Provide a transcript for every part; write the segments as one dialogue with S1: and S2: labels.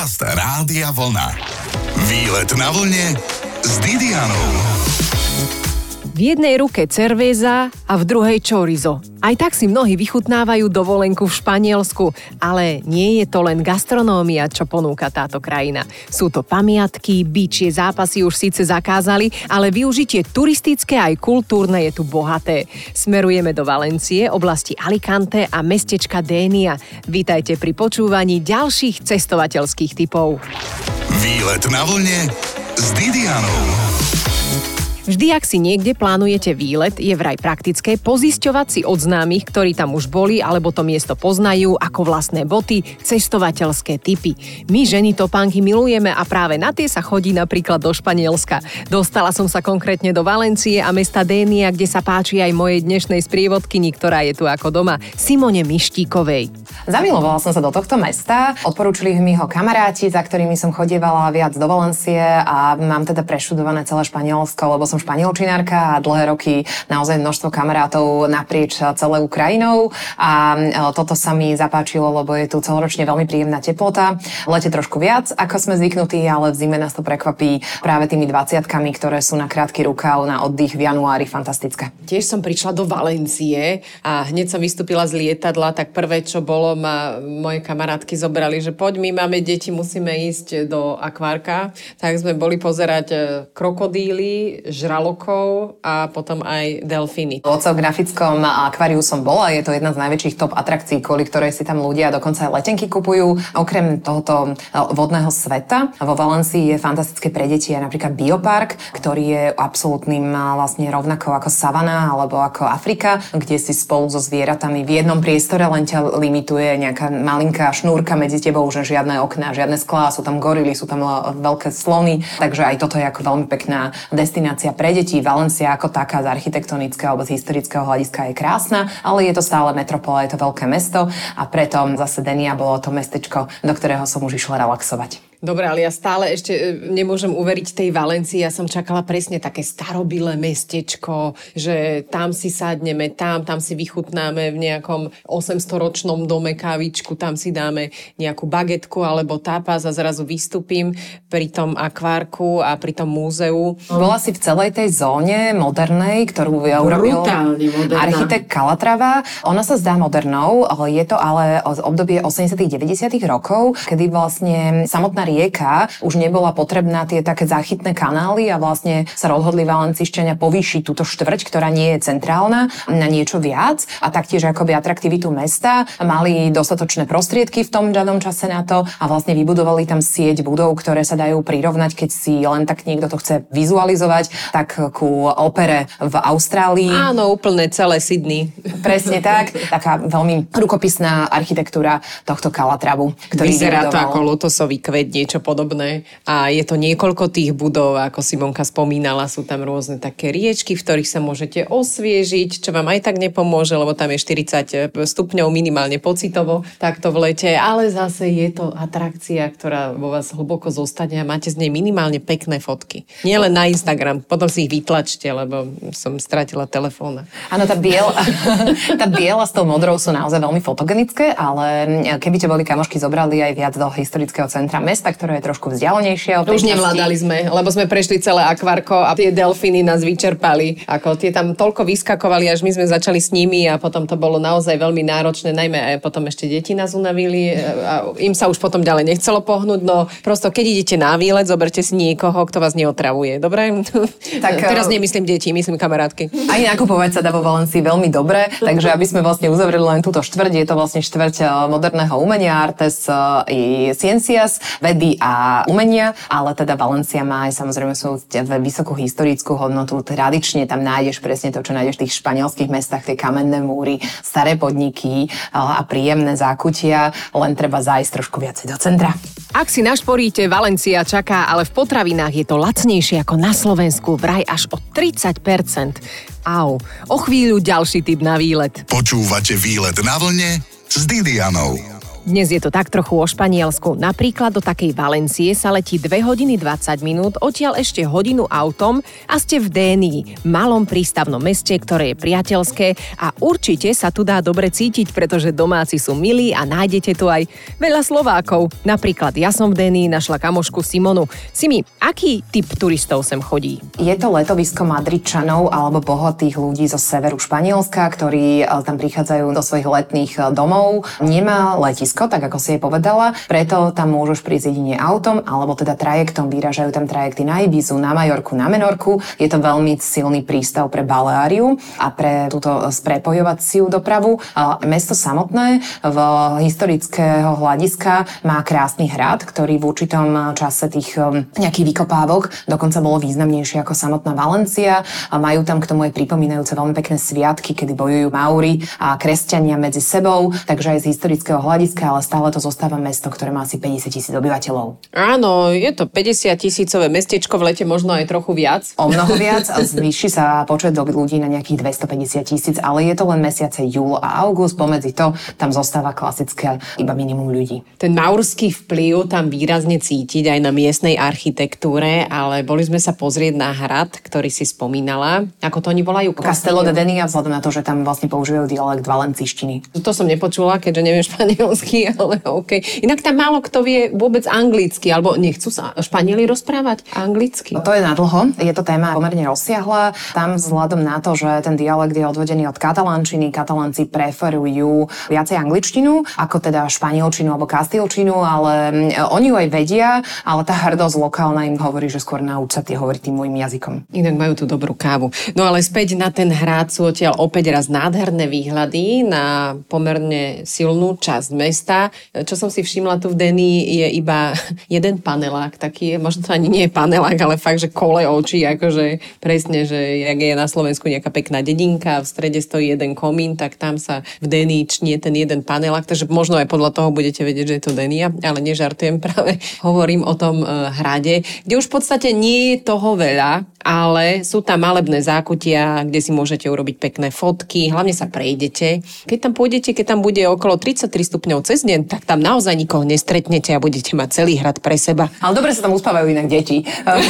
S1: Podcast Rádia Vlna. Výlet na vlne s Didianou.
S2: V jednej ruke cervéza a v druhej chorizo. Aj tak si mnohí vychutnávajú dovolenku v Španielsku, ale nie je to len gastronómia, čo ponúka táto krajina. Sú to pamiatky, bičie zápasy už síce zakázali, ale využitie turistické aj kultúrne je tu bohaté. Smerujeme do Valencie, oblasti Alicante a mestečka Dénia. Vítajte pri počúvaní ďalších cestovateľských tipov.
S1: Výlet na vlne s Didianou.
S2: Vždy, ak si niekde plánujete výlet, je vraj praktické pozisťovať si od známych, ktorí tam už boli alebo to miesto poznajú, ako vlastné boty, cestovateľské tipy. My ženy topánky milujeme a práve na tie sa chodí napríklad do Španielska. Dostala som sa konkrétne do Valencie a mesta Dénia, kde sa páči aj mojej dnešnej sprievodkyni, ktorá je tu ako doma, Simone Mištíkovej.
S3: Zamilovala som sa do tohto mesta, odporúčili mi ho kamaráti, za ktorými som chodievala viac do Valencie a mám teda preštudované celé Španielsko, lebo som španielčinárka a dlhé roky naozaj množstvo kamarátov naprieč celou Ukrajinou a toto sa mi zapáčilo, lebo je tu celoročne veľmi príjemná teplota. V lete trošku viac, ako sme zvyknutí, ale v zime nás to prekvapí práve tými 20-kami, ktoré sú na krátky rukav, na oddych v januári fantastické.
S2: Tiež som prišla do Valencie a hneď som vystúpila z lietadla, tak prvé, čo bolo, ma moje kamarátky zobrali, že poď, my máme deti, musíme ísť do akvárka. Tak sme boli pozerať krokodíly, žralokov a potom aj delfíny.
S3: V oceanografickom akváriu som bola, je to jedna z najväčších top atrakcií, kvôli ktorej si tam ľudia dokonca aj letenky kupujú. Okrem tohoto vodného sveta vo Valencii je fantastické pre deti aj napríklad biopark, ktorý je absolútnym vlastne rovnako ako savana alebo ako Afrika, kde si spolu so zvieratami v jednom priestore len ťa limituje nejaká malinká šnúrka medzi tebou, že žiadne okná, žiadne sklá, sú tam gorily, sú tam veľké slony, takže aj toto je ako veľmi pekná destinácia pre deti. Valencia ako taká z architektonického alebo z historického hľadiska je krásna, ale je to stále metropola, je to veľké mesto a preto zase Dénia bolo to mestečko, do ktorého som už išla relaxovať.
S2: Dobre, ale ja stále ešte nemôžem uveriť tej Valencii. Ja som čakala presne také starobilé mestečko, že tam si sadneme, tam si vychutnáme v nejakom 800-ročnom dome kávičku, tam si dáme nejakú bagetku alebo tapas a zrazu vystúpim pri tom akvárku a pri tom múzeu.
S3: Bola si v celej tej zóne modernej, ktorú urobil architekt Calatrava. Ona sa zdá modernou, je to ale z obdobie 80. 90. rokov, kedy vlastne samotná rieka už nebola potrebná tie také záchytné kanály a vlastne sa rozhodli Valencišťania povýšiť túto štvrť, ktorá nie je centrálna, na niečo viac a taktiež akoby atraktivitu mesta. Mali dostatočné prostriedky v tom danom čase na to a vlastne vybudovali tam sieť budov, ktoré sa dajú prirovnať, keď si len tak niekto to chce vizualizovať, tak ku opere v Austrálii.
S2: Áno, úplne celé Sydney.
S3: Presne tak. Taká veľmi rukopisná architektúra tohto Calatravu, ktorý
S2: vyzerá
S3: vybudoval.
S2: To ako lotosový kvet, niečo podobné. A je to niekoľko tých budov, ako Simonka spomínala, sú tam rôzne také riečky, v ktorých sa môžete osviežiť, čo vám aj tak nepomôže, lebo tam je 40 stupňov minimálne pocitovo, takto v lete, ale zase je to atrakcia, ktorá vo vás hlboko zostane a máte z nej minimálne pekné fotky. Nie len na Instagram, potom si ich vytlačte, lebo som stratila telefón.
S3: Áno, tá biela s tou modrou sú naozaj veľmi fotogenické, ale keby ťa boli kamošky zobrali aj viac do historického centra mesta, ktoré je trošku vzdialenejšie.
S2: Už nevládali sme, lebo sme prešli celé akvárko a tie delfíny nás vyčerpali. Ako tie tam toľko vyskakovali, až my sme začali s nimi a potom to bolo naozaj veľmi náročné, najmä aj potom ešte deti nás unavili a im sa už potom ďalej nechcelo pohnúť. No prosto, keď idete na výlet, zoberte si niekoho, kto vás neotravuje. Dobre? Tak teraz nemyslím deti, myslím kamarátky.
S3: Aj nakupovať sa dá vo Valencii veľmi dobre, takže aby sme vlastne uzavreli len túto štvrť, je to vlastne štvrť moderného umenia, artes i ciencias, vedy a umenia, ale teda Valencia má aj samozrejme svoju vysokú historickú hodnotu. Tradične tam nájdeš presne to, čo nájdeš v tých španielských mestách, tie kamenné múry, staré podniky a príjemné zákutia, len treba zájsť trošku viacej do centra.
S2: Ak si našporíte, Valencia čaká, ale v potravinách je to lacnejšie ako na Slovensku, vraj až o 30%. Au, o chvíľu ďalší tip na výlet.
S1: Počúvate Výlet na vlne s Didianou.
S2: Dnes je to tak trochu o Španielsku. Napríklad do takej Valencie sa letí 2 hodiny 20 minút, odtiaľ ešte hodinu autom a ste v Dénii, malom prístavnom meste, ktoré je priateľské a určite sa tu dá dobre cítiť, pretože domáci sú milí a nájdete tu aj veľa Slovákov. Napríklad ja som v Dénii našla kamošku Simonu. Simi, aký typ turistov sem chodí?
S3: Je to letovisko Madridčanov alebo bohatých ľudí zo severu Španielska, ktorí tam prichádzajú do svojich letných domov. Nemá letisko, tak ako si jej povedala, preto tam môžeš prísť jedine autom alebo teda trajektom. Vyražajú tam trajekty na Ibizu, na Majorku, na Menorku. Je to veľmi silný prístav pre Baleáriu a pre túto sprepojovaciu dopravu. Mesto samotné v historického hľadiska má krásny hrad, ktorý v určitom čase tých nejakých vykopávok dokonca bolo významnejšie ako samotná Valencia. Majú tam k tomu aj pripomínajúce veľmi pekné sviatky, kedy bojujú Mauri a kresťania medzi sebou, takže aj z historického hľadiska, ale stále to zostáva mesto, ktoré má asi 50 000 obyvateľov.
S2: Áno, je to 50 000 mestečko, v lete možno aj trochu viac.
S3: O mnoho viac a zvýši sa počet ľudí na nejakých 250 000, ale je to len mesiace júl a august, pomedzi to tam zostáva klasické iba minimum ľudí.
S4: Ten maurský vplyv tam výrazne cítiť aj na miestnej architektúre, ale boli sme sa pozrieť na hrad, ktorý si spomínala. Ako to oni volajú?
S3: Castello de Denia, vzhľadom na to, že tam vlastne používajú dialekt valencíštiny.
S4: To som nepočula, keďže neviem španielsky, ale OK. Inak tam málo kto vie vôbec anglicky, alebo nechcú sa Španieli rozprávať anglicky.
S3: To je nadlho, je to téma pomerne rozsiahla. Tam vzhľadom na to, že ten dialekt je odvodený od katalánčiny, Katalánci preferujú viacej angličtinu, ako teda španielčinu alebo kastilčinu, ale oni ju aj vedia, ale tá hrdosť lokálna im hovorí, že skôr nauč sa tie hovoriť tým môjim jazykom.
S4: Inak majú tú dobrú kávu. No ale späť na ten hrad sú odtiaľ opäť raz nádherné výhľady na pomerne silnú časť mesta. Čo som si všimla tu v Dénii je iba jeden panelák taký, možno to ani nie je panelák, ale fakt, že kole očí, akože presne, že jak je na Slovensku nejaká pekná dedinka, v strede stojí jeden komín, tak tam sa v Dénii čnie ten jeden panelák, takže možno aj podľa toho budete vedieť, že je to Dénia, ale nežartujem, práve hovorím o tom hrade, kde už v podstate nie je toho veľa, ale sú tam malebné zákutia, kde si môžete urobiť pekné fotky, hlavne sa prejdete. Keď tam pôjdete, keď tam bude okolo 33 stupňov cez deň, tak tam naozaj nikoho nestretnete a budete mať celý hrad pre seba.
S3: Ale dobre sa tam uspávajú inak deti.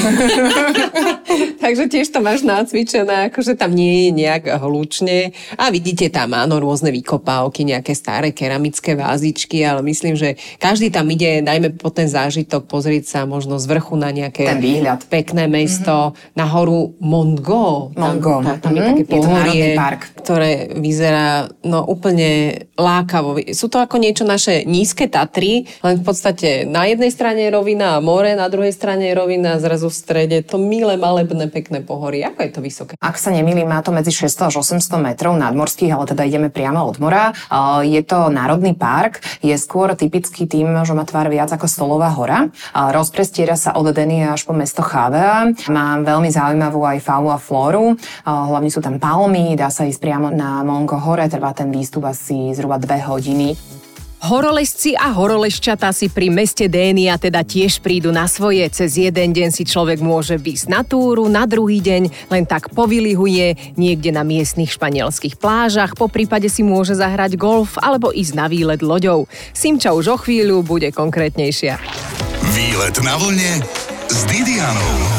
S4: Takže tiež to máš nacvičené, akože tam nie je nejak hlučne. A vidíte tam, áno, rôzne vykopávky, nejaké staré keramické vázičky, ale myslím, že každý tam ide, najmä po ten zážitok, pozrieť sa možno z vrchu na nejaké
S3: ten výhľad.
S4: Pekné mesto, na horu Montgo. Tam je také pohorie, ktoré vyzerá úplne lákavo. Sú to ako niečo naše nízke Tatry, len v podstate na jednej strane je rovina a more, na druhej strane je rovina a zrazu v strede to milé, malebné, pekné pohorie. Ako je to vysoké?
S3: Ak sa nemýlim, má to medzi 600 až 800 metrov nadmorských, ale teda ideme priamo od mora. Je to národný park, je skôr typický tým, že má tvár viac ako stolová hora. Rozprestiera sa od Denia až po mesto Javea. Má veľmi zaujímavú aj faunu a flóru. Hlavne sú tam palmy, dá sa ísť priamo na Mongo hore, trvá ten výstup asi zhruba 2 hodiny.
S2: Horolezci a horolezčatá si pri meste Dénia teda tiež prídu na svoje. Cez jeden deň si človek môže výsť na túru, na druhý deň len tak povylihuje niekde na miestnych španielských plážach, po prípade si môže zahrať golf alebo ísť na výlet loďou. Simča už o chvíľu bude konkrétnejšia.
S1: Výlet na vlne s Didianou.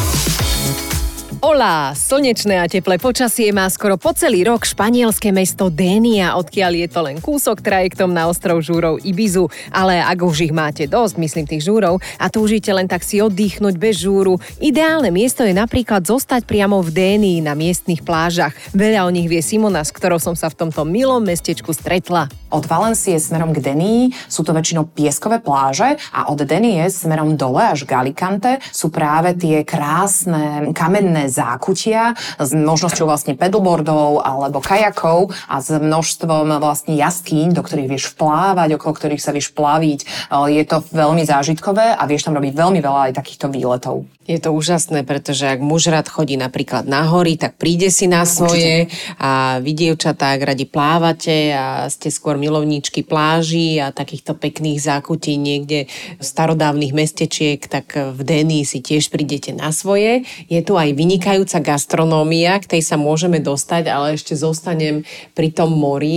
S2: Olá, slnečné a teplé počasie má skoro po celý rok španielské mesto Dénia, odkiaľ je to len kúsok trajektom na ostrov Žúrov Ibizu. Ale ak už ich máte dosť, myslím tých žúrov, a túžite len tak si oddychnúť bez žúru, ideálne miesto je napríklad zostať priamo v Dénii na miestnych plážach. Veľa o nich vie Simona, s ktorou som sa v tomto milom mestečku stretla.
S3: Od Valencie smerom k Denii sú to väčšinou pieskové pláže a od Denie smerom dole až k Alicante sú práve tie krásne kamenné zákutia s možnosťou vlastne paddleboardov alebo kajakov a s množstvom vlastne jaskýň, do ktorých vieš vplávať, okolo ktorých sa vieš plaviť. Je to veľmi zážitkové a vieš tam robiť veľmi veľa aj takýchto výletov.
S4: Je to úžasné, pretože ak muž rád chodí napríklad na hory, tak príde si na svoje. Určite. A vy, dievčatá, ak radi plávate a ste skôr milovníčky pláží a takýchto pekných zákutí niekde starodávnych mestečiek, tak v Dénii si tiež prídete na svoje. Je tu aj vynikajúca gastronómia, k tej sa môžeme dostať, ale ešte zostanem pri tom mori.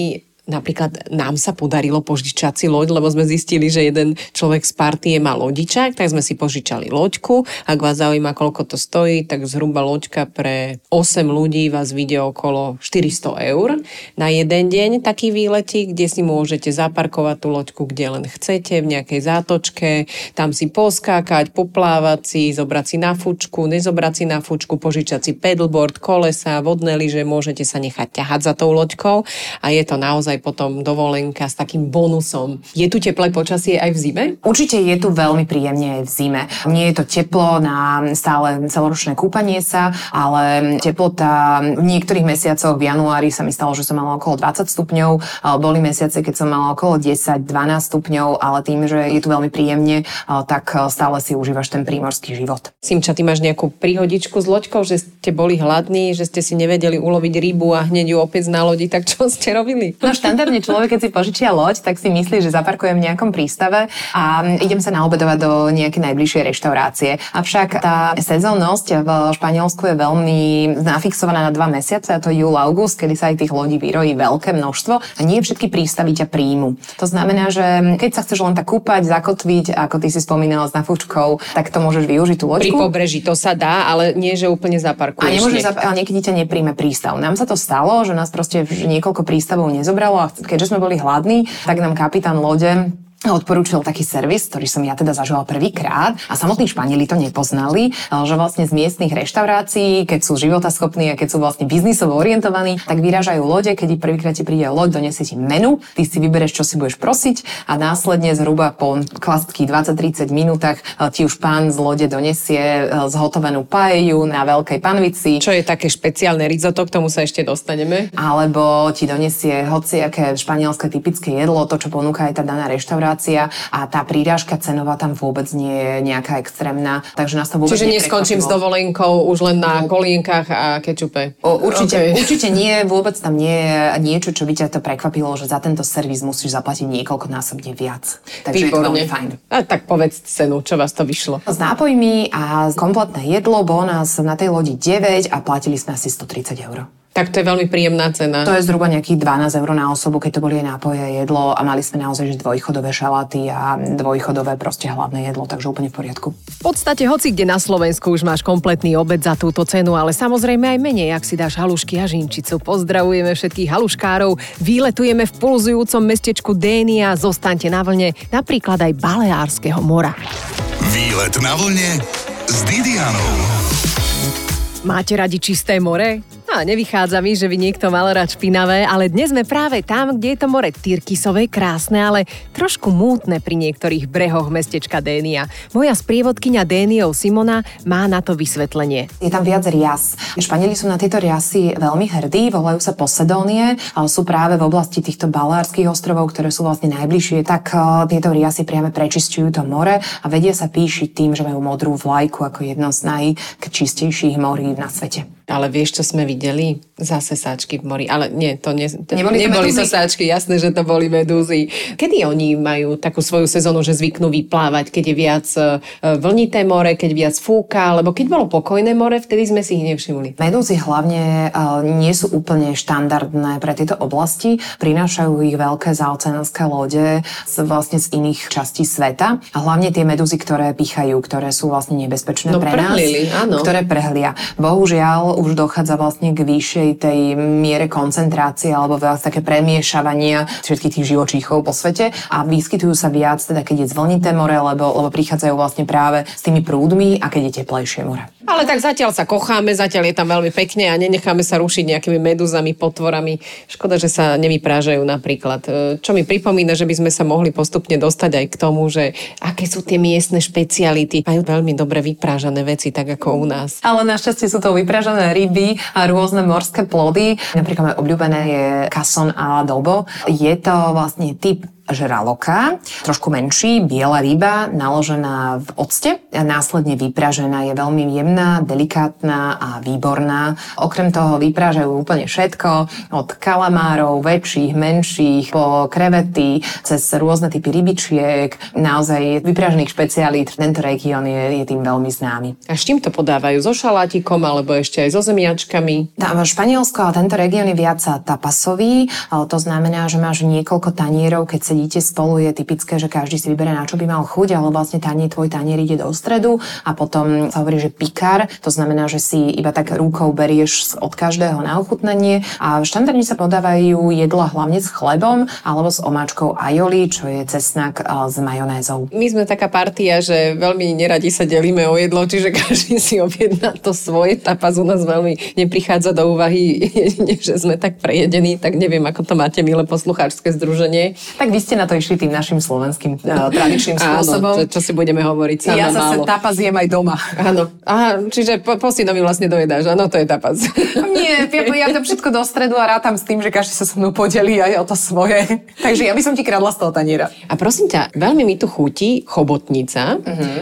S4: Napríklad nám sa podarilo požičať si loď, lebo sme zistili, že jeden človek z partie má lodičák, tak sme si požičali loďku. Ak vás zaujíma, koľko to stojí, tak zhruba loďka pre 8 ľudí vás vyjde okolo 400 eur na jeden deň. Taký výletík, kde si môžete zaparkovať tú loďku, kde len chcete, v nejakej zátočke, tam si poskákať, poplávať si, zobrať si na fučku, nezobrať si na fučku, požičať si pedalboard, kolesa, vodné lyže, môžete sa nechať ťahať za tou loďkou a je to naozaj potom dovolenka s takým bonusom. Je tu teplé počasie aj v zime?
S3: Určite je tu veľmi príjemne aj v zime. Nie je to teplo na stále celoročné kúpanie sa, ale teplota v niektorých mesiacoch v januári sa mi stalo, že som mala okolo 20 stupňov. Boli mesiace, keď som mala okolo 10-12 stupňov, ale tým, že je tu veľmi príjemne, tak stále si užívaš ten prímorský život.
S4: Simča, ty máš nejakú príhodičku s loďkou, že ste boli hladní, že ste si nevedeli uloviť rybu a hneď ju opäť na lodi, tak čo ste robili?
S3: No štandardne človek, keď si požičia loď, tak si myslí, že zaparkujem v nejakom prístave a idem sa naobedovať do nejakej najbližšej reštaurácie. Avšak tá sezónnosť v Španielsku je veľmi nafixovaná na 2 mesiace, a to júl, august, kedy sa aj tých lodí vyrojí veľké množstvo a nie všetky prístavy ťa príjmu. To znamená, že keď sa chceš len tak kúpať, zakotviť, ako ty si spomínala s nafučkou, tak to môžeš využiť tú loďku.
S4: Pri pobreží to sa dá, ale nie, že úplne zaparkuješ.
S3: A nemôžeš ale niekedy ťa nepríjme prístav. Nám sa to stalo, že nás proste niekoľko prístavov nezobralo a keďže sme boli hladní, tak nám kapitán lode odporúčil taký servis, ktorý som ja teda zažila prvýkrát a samotní Španieli to nepoznali, že vlastne z miestnych reštaurácií, keď sú životaschopní a keď sú vlastne biznisovo orientovaní, tak vyrážajú lode, keď prvýkrát ti príde loď, donesie ti menu, ty si vybereš, čo si budeš prosiť a následne zhruba po klasických 20-30 minútach ti už pán z lode donesie zhotovenú paeju na veľkej panvici.
S4: Čo je také špeciálne risotto, k tomu sa ešte dostaneme.
S3: Alebo ti donesie hociaké španielské typické jedlo, to, čo ponúka aj tá daná reštaurácia a tá prírážka cenová tam vôbec nie je nejaká extrémna, takže nás to vôbec
S4: Čiže neskončím s dovolenkou už len na kolienkach a kečupe.
S3: Určite nie, vôbec tam nie je niečo, čo by ťa to prekvapilo, že za tento servis musíš zaplatiť niekoľkonásobne viac. Takže
S4: výborne.
S3: je to veľmi fajn.
S4: A tak povedz cenu, čo vás to vyšlo.
S3: S nápojmi a kompletné jedlo bolo nás na tej lodi 9 a platili sme asi 130 eur.
S4: Tak to je veľmi príjemná cena.
S3: To je zhruba nejakých 12 eur na osobu, keď to boli aj nápoje a jedlo a mali sme naozaj že dvojchodové šaláty a dvojchodové proste hlavné jedlo, takže úplne v poriadku.
S2: V podstate hoci kde na Slovensku už máš kompletný obed za túto cenu, ale samozrejme aj menej, ak si dáš halušky a žinčicu. Pozdravujeme všetkých haluškárov, výletujeme v pulzujúcom mestečku Dénia, zostaňte na vlne napríklad aj Baleárskeho mora.
S1: Výlet na vlne s Didianou.
S2: Máte radi čisté more? A nevychádza mi, že by niekto mal rád špinavé, ale dnes sme práve tam, kde je to more tyrkysové, krásne, ale trošku mútne pri niektorých brehoch mestečka Dénia. Moja sprievodkyňa Déniou Simona má na to vysvetlenie.
S3: Je tam viac rias. Španieli sú na tieto riasy veľmi hrdí, volajú sa Posedónie, ale sú práve v oblasti týchto Baleárskych ostrovov, ktoré sú vlastne najbližšie, tak tieto riasy priame prečisťujú to more a vedia sa píšiť tým, že majú modrú vlajku ako jedno z najčistejších morí na svete.
S4: Ale vieš, čo sme videli? Zase sáčky v mori. Ale nie, to neboli sáčky, jasné, že to boli medúzy. Kedy oni majú takú svoju sezónu, že zvyknú vyplávať? Keď je viac vlnité more, keď viac fúka? Lebo keď bolo pokojné more, vtedy sme si ich nevšimli.
S3: Medúzy hlavne nie sú úplne štandardné pre tieto oblasti. Prinášajú ich veľké zaoceánske lode vlastne z iných častí sveta. A hlavne tie medúzy, ktoré pichajú, ktoré sú vlastne nebezpečné pre nás.
S4: Áno.
S3: Ktoré prehlia. Bohužiaľ, už dochádza vlastne k vyššej tej miere koncentrácie alebo viac také premiešavania všetkých tých živočíchov po svete a vyskytujú sa viac, teda keď je zvlnité more, lebo prichádzajú vlastne práve s tými prúdmi a keď je teplejšie more.
S4: Ale tak zatiaľ sa kocháme, zatiaľ je tam veľmi pekne a nenecháme sa rušiť nejakými medúzami, potvorami. Škoda, že sa nevyprážajú napríklad. Čo mi pripomína, že by sme sa mohli postupne dostať aj k tomu, že aké sú tie miestne špeciality. Majú veľmi dobre vyprážané veci, tak ako u nás.
S3: Ale našťastie sú to vyprážané ryby a rôzne morské plody. Napríklad moje obľúbené je cason a adobo. Je to vlastne typ žraloka, trošku menší, biela ryba, naložená v octe a následne vypražená. Je veľmi jemná, delikátna a výborná. Okrem toho vyprážajú úplne všetko, od kalamárov, väčších, menších, po krevety, cez rôzne typy rybičiek. Naozaj vyprážených špecialít. Tento región je tým veľmi známy.
S4: A s čím to podávajú? So šalátikom alebo ešte aj so zemiačkami?
S3: Španielsko a tento región je viac tapasový. To znamená, že máš niekoľko tanierov, keď sedíte spolu, je typické, že každý si vyberie, na čo by mal chuť, ale vlastne tvoj tanier ide do stredu a potom sa hovorí, že pikár, to znamená, že si iba tak rukou berieš od každého na ochutnanie a štandardne sa podávajú jedla hlavne s chlebom alebo s omáčkou aioli, čo je cesnak s majonézou.
S4: My sme taká partia, že veľmi neradi sa delíme o jedlo, čiže každý si objedná to svoje. Tapas u nás veľmi neprichádza do úvahy, jedine, že sme tak prejedení, tak neviem, ako to máte, milé poslucháčske združenie.
S3: Tak vy ste na to išli tým našim slovenským tradičným spôsobom.
S4: Áno, čo si budeme hovoriť, sama
S3: ja
S4: málo.
S3: Ja zase tapas jem aj doma.
S4: Áno, aha, čiže po synovi vlastne dojedáš, áno, to je tapas.
S3: Nie, ja to všetko do stredu a rátam s tým, že každý sa so mnou podelí aj o to svoje. Takže ja by som ti kradla z toho taniera.
S4: A prosím ťa, veľmi mi tu chutí chobotnica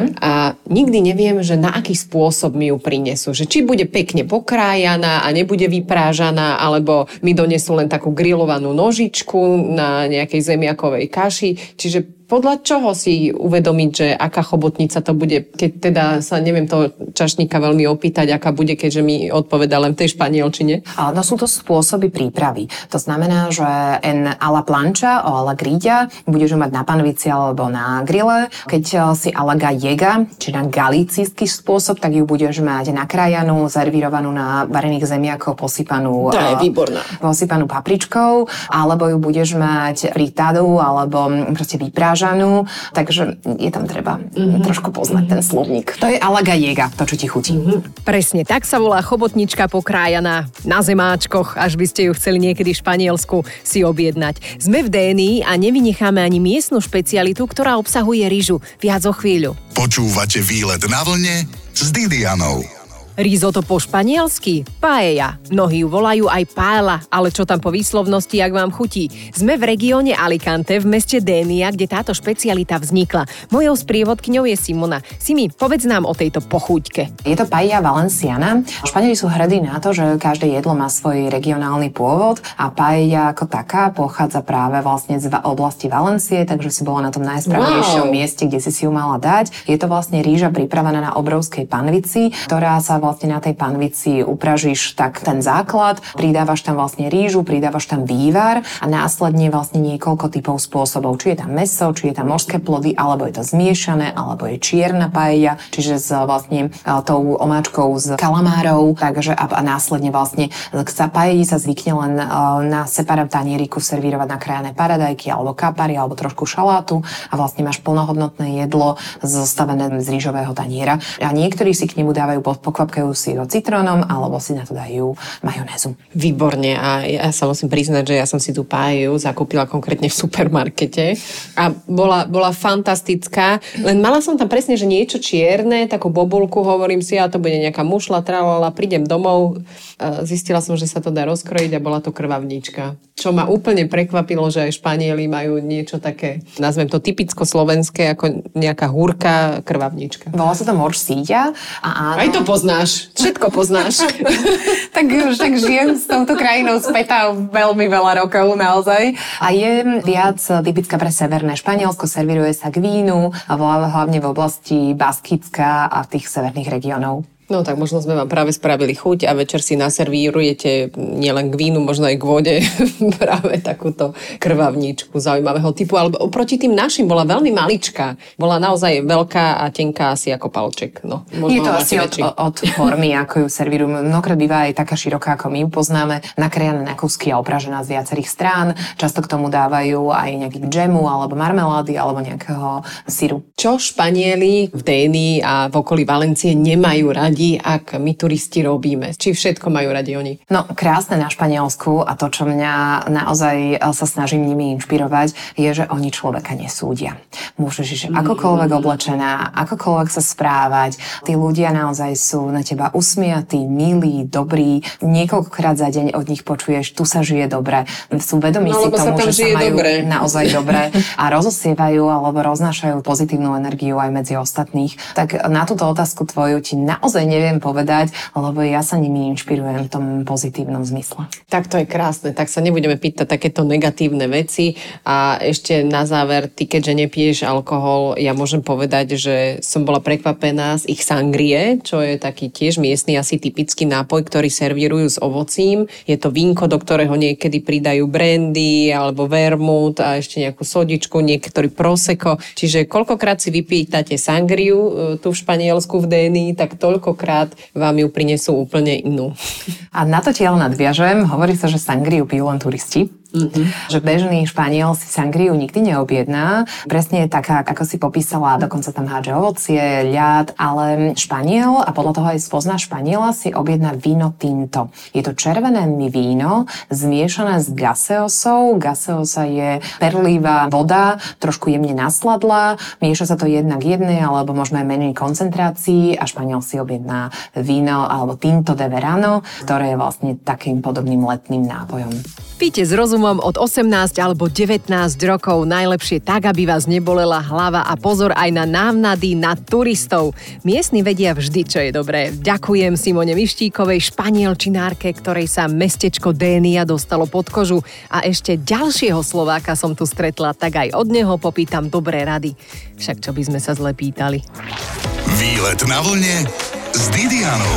S4: a nikdy neviem, že na aký spôsob mi ju prinesú. Že či bude pekne pokrájaná a nebude vyprážaná, alebo mi donesú len takú grillovanú nožičku na nejakej zemiakovej kaši. Čiže podľa čoho si uvedomiť, že aká chobotnica to bude, keď teda sa neviem toho čašníka veľmi opýtať, aká bude, keďže mi odpoveda len v tej španielčine?
S3: No sú to spôsoby prípravy. To znamená, že en a la plancha o a la grilla budeš mať na panvici alebo na grille. Keď si a la gallega, či na galicijský spôsob, tak ju budeš mať nakrájanú, servírovanú na varených zemiakoch, posypanú.
S4: To je výborná.
S3: Posypanú papričkou, alebo ju budeš mať fritádu, alebo proste vyprážanú. Takže je tam treba trošku poznať ten slovník. To je a la gallega, to, čo ti chutí.
S2: Presne tak sa volá chobotnička pokrájaná na zemáčkoch, až by ste ju chceli niekedy v Španielsku si objednať. Sme v Dénii a nevynecháme ani miestnu špecialitu, ktorá obsahuje ryžu. Viac o chvíľu.
S1: Počúvate Výlet na vlne s Didianou.
S2: Risotto po španielsky? Paella. Mnohí ju volajú aj paella, ale čo tam po výslovnosti, ak vám chutí? Sme v regióne Alicante, v meste Dénia, kde táto špecialita vznikla. Mojou sprievodkyňou je Simona. Simi, povedz nám o tejto pochúťke.
S3: Je to paella valenciana. Španieli sú hrdí na to, že každé jedlo má svoj regionálny pôvod a paella ako taká pochádza práve vlastne z oblasti Valencie, takže si bola na tom najsprávnejšom mieste, kde si ju mala dať. Je to vlastne rýža pripravená na obrovskej panvici, ktorá sa vlastne na tej panvici upražíš tak ten základ, pridávaš tam vlastne rýžu, pridávaš tam vývar a následne vlastne niekoľko typov spôsobov. Či je tam mäso, či je tam morské plody, alebo je to zmiešané, alebo je čierna paella, čiže s vlastne tou omáčkou z kalamárov, takže a následne vlastne k paelli sa zvykne len na separát tanieriku servírovať nakrájané paradajky alebo kapary alebo trošku šalátu a vlastne máš plnohodnotné jedlo zostavené z rýžového taniera. A niektorí si k nemu dávajú pokvapkajú si ho citrónom alebo si na to dajú majonézu.
S4: Výborne a ja sa musím priznať, že ja som si tú paellu zakúpila konkrétne v supermarkete a bola fantastická, len mala som tam presne, že niečo čierne, takú bobulku, hovorím si, a to bude nejaká mušla, tralala, prídem domov, zistila som, že sa to dá rozkrojiť a bola to krvavnička. Čo ma úplne prekvapilo, že aj Španieli majú niečo také, nazvem to typicko slovenské, ako nejaká húrka krvavnička.
S3: Volá sa to morsíďa a áno.
S4: Aj to poznáš, všetko poznáš.
S3: Tak už tak žijem s touto krajinou späť veľmi veľa rokov naozaj. A je viac typická pre severné Španielsko, servíruje sa k vínu, hlavne v oblasti Baskicka a tých severných regiónov.
S4: No tak možno sme vám práve spravili chuť a večer si naservírujete nielen k vínu, možno aj k vode práve takúto krvavničku zaujímavého typu. Ale oproti tým našim bola veľmi maličká. Bola naozaj veľká a tenká asi ako palček. No,
S3: je to asi od formy, ako ju servírujú. Mnohokrát býva aj taká široká, ako my ju poznáme, nakrájaná na kúsky a opražená z viacerých strán. Často k tomu dávajú aj nejaký džemu alebo marmelády alebo nejakého syru.
S4: Čo Španieli v Dénii a v okolí Valencie nemajú radi? radi, ak my turisti robíme? Či všetko majú radi oni?
S3: No, krásne na Španielsku a to, čo mňa naozaj sa snažím nimi inšpirovať, je, že oni človeka nesúdia. Môžeš akokoľvek oblečená, akokoľvek sa správať. Tí ľudia naozaj sú na teba usmiatí, milí, dobrí. Niekoľkokrát za deň od nich počuješ, tu sa žije dobre. Sú vedomí si tomu, že sa majú naozaj dobre a rozosievajú alebo roznášajú pozitívnu energiu aj medzi ostatných. Tak na túto otázku tvoju ti naozaj neviem povedať, lebo ja sa nimi inšpirujem v tom pozitívnom zmysle.
S4: Tak to je krásne, tak sa nebudeme pýtať takéto negatívne veci. A ešte na záver, ty keďže nepiješ alkohol, ja môžem povedať, že som bola prekvapená z ich sangrie, čo je taký tiež miestny, asi typický nápoj, ktorý servírujú s ovocím. Je to vínko, do ktorého niekedy pridajú brandy alebo vermut a ešte nejakú sodičku, niektorý prosecco. Čiže koľkokrát si vypýtate sangriu tu v Španielsku v Dénii, tak toľkokrát vám ju prinesú úplne inú.
S3: A na to tiaľ nadviažem. Hovorí sa, že sangriu pijú len turisti. Že bežný Španiel si sangriu nikdy neobjedná. Presne je taká, ako si popísala, dokonca tam hádže ovocie, ľad, ale Španiel, a podľa toho aj spozná Španiela, si objedná víno tinto. Je to červené víno zmiešané s gaseosou. Gaseosa je perlivá voda, trošku jemne nasladlá, mieša sa to jednak jednej, alebo možno aj menej koncentrácií a Španiel si objedná víno alebo tinto de verano, ktoré je vlastne takým podobným letným nápojom.
S2: Píte s rozumom od 18 alebo 19 rokov, najlepšie tak, aby vás nebolela hlava a pozor aj na návnady na turistov. Miestni vedia vždy, čo je dobré. Ďakujem Simone Mištíkovej, španielčinárke, ktorej sa mestečko Dénia dostalo pod kožu a ešte ďalšieho Slováka som tu stretla, tak aj od neho popýtam dobré rady. Však čo by sme sa zle pýtali.
S1: Výlet na vlne s Didianou.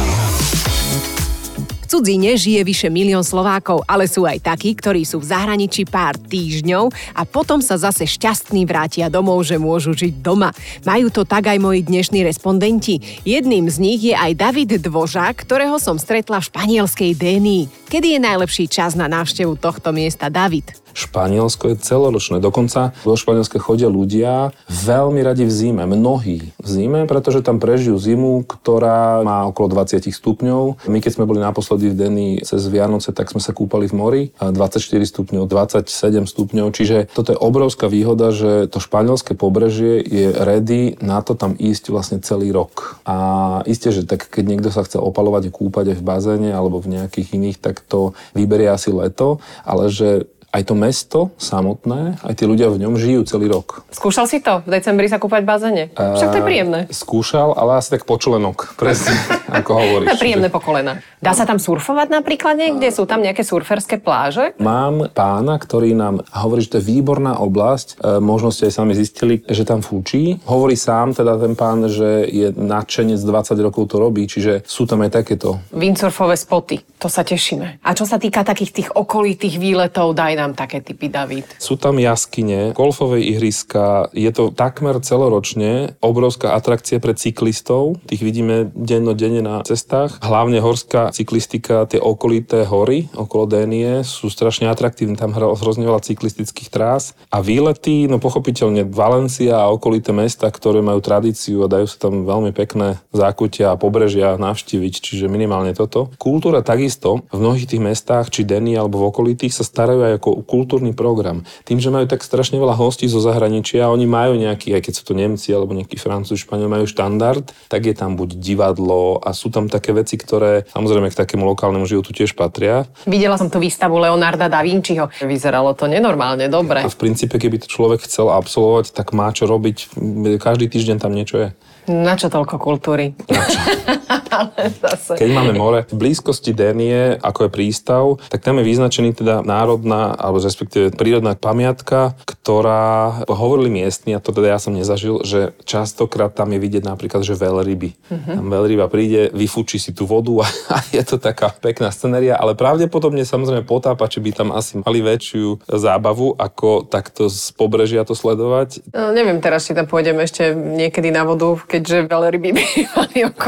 S2: V cudzine žije vyše 1 000 000 Slovákov, ale sú aj takí, ktorí sú v zahraničí pár týždňov a potom sa zase šťastní vrátia domov, že môžu žiť doma. Majú to tak aj moji dnešní respondenti. Jedným z nich je aj David Dvožák, ktorého som stretla v španielskej Dénii. Kedy je najlepší čas na návštevu tohto miesta, David?
S5: Španielsko je celoročné. Dokonca do Španielska chodia ľudia veľmi radi v zime. Mnohí v zime, pretože tam prežijú zimu, ktorá má okolo 20 stupňov. My keď sme boli naposledy v Dénii cez Vianoce, tak sme sa kúpali v mori. 24 stupňov, 27 stupňov. Čiže toto je obrovská výhoda, že to španielské pobrežie je ready na to tam ísť vlastne celý rok. A isté, že tak keď niekto sa chce opalovať a kúpať aj v bazéne alebo v nejakých iných, tak to vyberie asi leto, ale že aj to mesto samotné, aj tí ľudia v ňom žijú celý rok.
S4: Skúšal si to v decembri sa kúpať v bazéne? Však to je príjemné.
S5: Skúšal, ale asi tak po členok. Presne, ako hovoríš.
S4: To je príjemné po kolena. Dá sa tam surfovať napríklad niekde? Sú tam nejaké surferské pláže?
S5: Mám pána, ktorý nám hovorí, že to je výborná oblasť. Možno ste aj sami zistili, že tam fúčí. Hovorí sám, teda ten pán, že je nadšenec, 20 rokov to robí, čiže sú tam aj takéto.
S4: Windsurfové spoty, to sa tešíme. A čo sa týka takých tých okolitých výletov, daj nám také typy, David.
S5: Sú tam jaskyne, golfové ihriska, je to takmer celoročne obrovská atrakcia pre cyklistov. Tých vidíme dennodenne na cestách. Hlavne horská cyklistika, tie okolité hory okolo Dénie sú strašne atraktívne. Tam hrozne veľa cyklistických trás. A výlety, no pochopiteľne Valencia a okolité mesta, ktoré majú tradíciu a dajú sa tam veľmi pekné zákutia a pobrežia navštíviť, čiže minimálne toto. Kultúra takisto v mnohých tých mestách, či Dénie alebo v okolitých, sa starajú aj ako kultúrny program. Tým, že majú tak strašne veľa hostí zo zahraničia, oni majú nejaký, aj keď sú to Nemci alebo nejakí Francúzi, Španieli, majú štandard, tak je tam buď divadlo a sú tam také veci, ktoré samozrejme k takému lokálnemu životu tiež patria.
S4: Videla som tú výstavu Leonarda da Vinciho. Vyzeralo to nenormálne dobre.
S5: A v princípe, keby to človek chcel absolvovať, tak má čo robiť. Každý týždeň tam niečo je.
S4: Na čo toľko kultúry? Ale zase.
S5: Keď máme more v blízkosti Dénie, ako je prístav, tak tam je vyznačený teda národná, alebo respektíve prírodná pamiatka, ktorá, hovorili miestni, a to teda ja som nezažil, že častokrát tam je vidieť napríklad, že veľryby. Tam veľryba príde, vyfúči si tú vodu a je to taká pekná scenéria, ale pravdepodobne samozrejme potápači by tam asi mali väčšiu zábavu, ako takto z pobrežia to sledovať.
S4: No, neviem teraz, či tam pôjdem ešte niekedy na vodu, keďže veľryby bývali okolo mňa.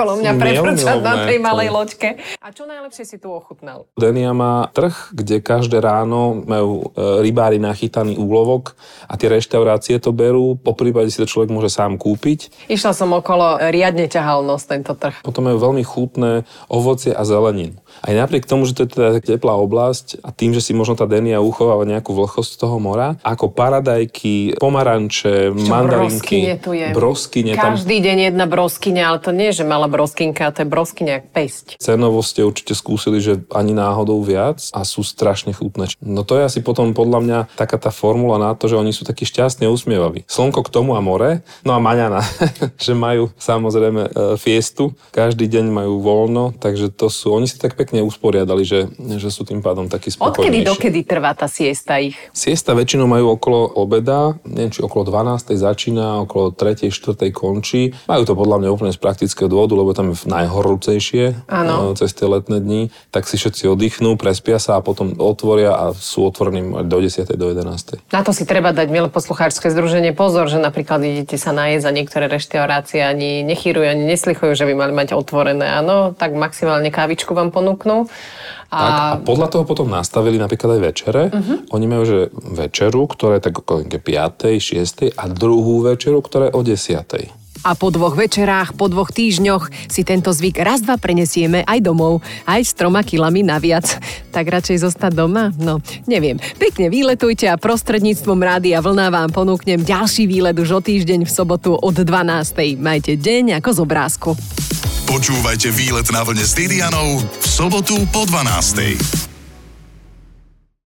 S3: prebrčať na tej malej loďke.
S2: A čo najlepšie si tu ochutnal?
S5: Denia má trh, kde každé ráno majú rybári nachytaný úlovok a tie reštaurácie to berú, poprípade si to človek môže sám kúpiť.
S2: Išla som okolo, riadne ťahal nos tento trh.
S5: Potom majú veľmi chutné ovocie a zeleninu. Aj napriek tomu, že to je teda teplá oblasť a tým, že si možno tá Denia uchováva nejakú vlhkosť toho mora, ako paradajky, pomaranče, mandarinky, broskyne.
S2: Každý deň jedna broskyňa, ale to nie je, že malá broskinka, to je broskyňa jak pesť.
S5: Cenovo ste určite skúsili, že ani náhodou viac a sú strašne chutné. No to je asi potom podľa mňa taká tá formula na to, že oni sú takí šťastne usmievaví. Slnko k tomu a more, no a maňana, že majú samozrejme fiestu, každý deň majú voľno, takže to sú, oni si tak pekne usporiadali, že sú tým pádom takí spokojnejší.
S2: Odkedy dokedy trvá tá siesta ich?
S5: Siesta väčšinou majú okolo obeda, neviem, či okolo 12. začína, okolo 3. 4. končí. Majú to podľa mňa úplne z praktického dôvodu, lebo tam je najhorúcejšie cez tie letné dni, tak si všetci oddychnú, prespia sa a potom otvoria a sú otvorení do 10. do 11.
S2: Na to si treba dať, milé poslucháčske združenie, pozor, že napríklad idete sa najesť a niektoré reštaurácie ani nechýrujú, ani neslychujú, že by mali mať otvorené. Áno, tak maximálne kávičku vám ponúknú.
S5: A podľa toho potom nastavili napríklad aj večere. Oni majú, že večeru, ktorá je tak okolo 5., 6. a druhú večeru, ktorá je o 10.
S2: A po 2 večerách, po 2 týždňoch si tento zvyk raz, 2 prenesieme aj domov, aj s 3 kilami naviac. Tak radšej zostať doma? No, neviem. Pekne výletujte a prostredníctvom Rádia Vlna vám ponúknem ďalší výlet už o týždeň v sobotu od 12. Majte deň ako z obrázku.
S1: Počúvajte Výlet na vlne s Didianou v sobotu po 12.